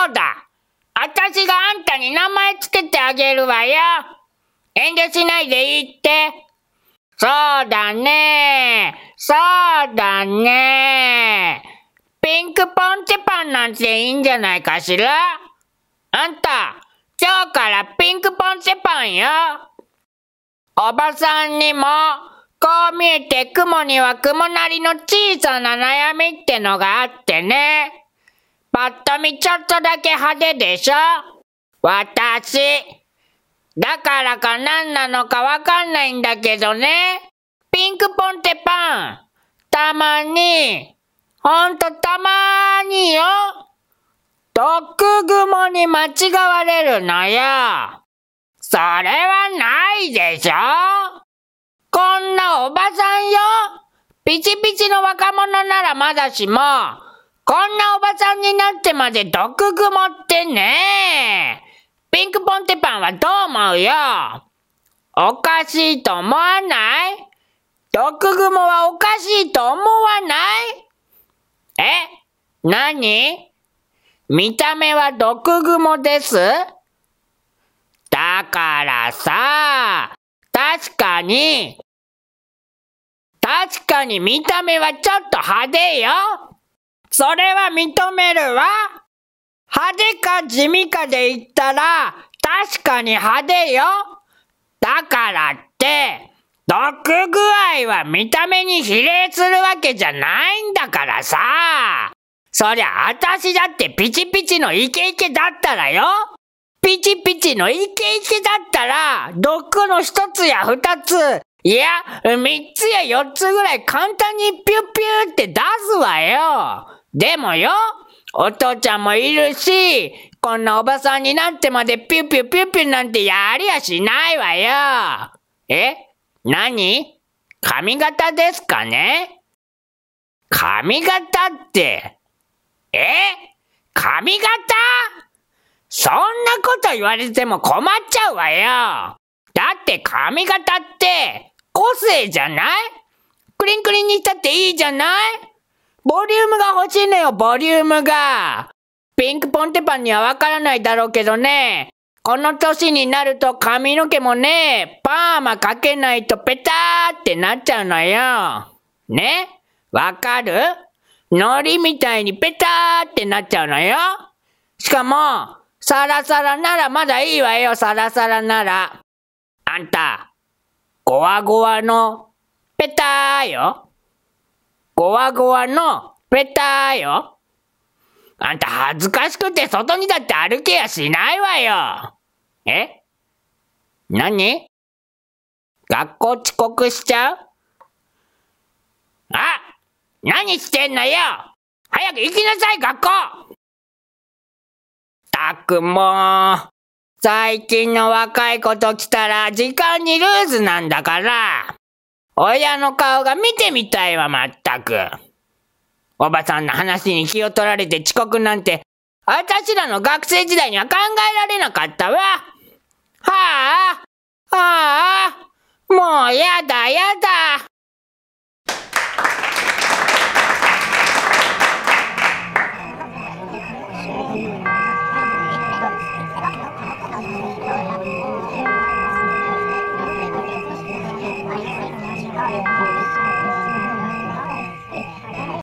そうだ。あたしがあんたに名前つけてあげるわよ。遠慮しないでいいって。そうだね。そうだね。ピンクポンチェパンなんていいんじゃないかしら。あんた、今日からピンクポンチェパンよ。おばさんにも、こう見えて雲には雲なりの小さな悩みってのがあってね。ぱっと見ちょっとだけ派手でしょ？私。だからか何なのかわかんないんだけどね。ピンクポンテパン。たまに、ほんとたまーによ。毒雲に間違われるのよ。それはないでしょ？こんなおばさんよ。ピチピチの若者ならまだしも、こんなおばさんになってまで毒雲ってね。ピンクポンテパンはどう思うよ？おかしいと思わない？毒雲はおかしいと思わない？何？見た目は毒雲です？だからさ、確かに見た目はちょっと派手よ。それは認めるわ。派手か地味かで言ったら、確かに派手よ。だからって、毒具合は見た目に比例するわけじゃないんだからさ。そりゃあたしだってピチピチのイケイケだったらよ。ピチピチのイケイケだったら、毒の一つや二つ、いや、三つや四つぐらい簡単にピュッピューって出すわよ。でもよ、お父ちゃんもいるし、こんなおばさんになってまでピュッピュッピュッピュなんてやりやしないわよ。何？髪型ですかね？髪型って、髪型？そんなこと言われても困っちゃうわよ。だって髪型って個性じゃない？クリンクリンにしたっていいじゃない？ボリュームが欲しいのよ、ボリュームが。ピンクポンテパンにはわからないだろうけどね、この年になると髪の毛もね、パーマかけないとペターってなっちゃうのよ。ね？わかる？海苔みたいにペターってなっちゃうのよ。しかも、サラサラならまだいいわよ、サラサラなら。あんた、ゴワゴワのペターよ。ゴワゴワのペターよ。あんた恥ずかしくて外にだって歩けやしないわよ。何？学校遅刻しちゃう？何してんのよ！早く行きなさい、学校！たくもう、最近の若い子と来たら時間にルーズなんだから、親の顔が見てみたいわ、まったく。おばさんの話に気を取られて遅刻なんて、あたしらの学生時代には考えられなかったわ。もうやだやだ。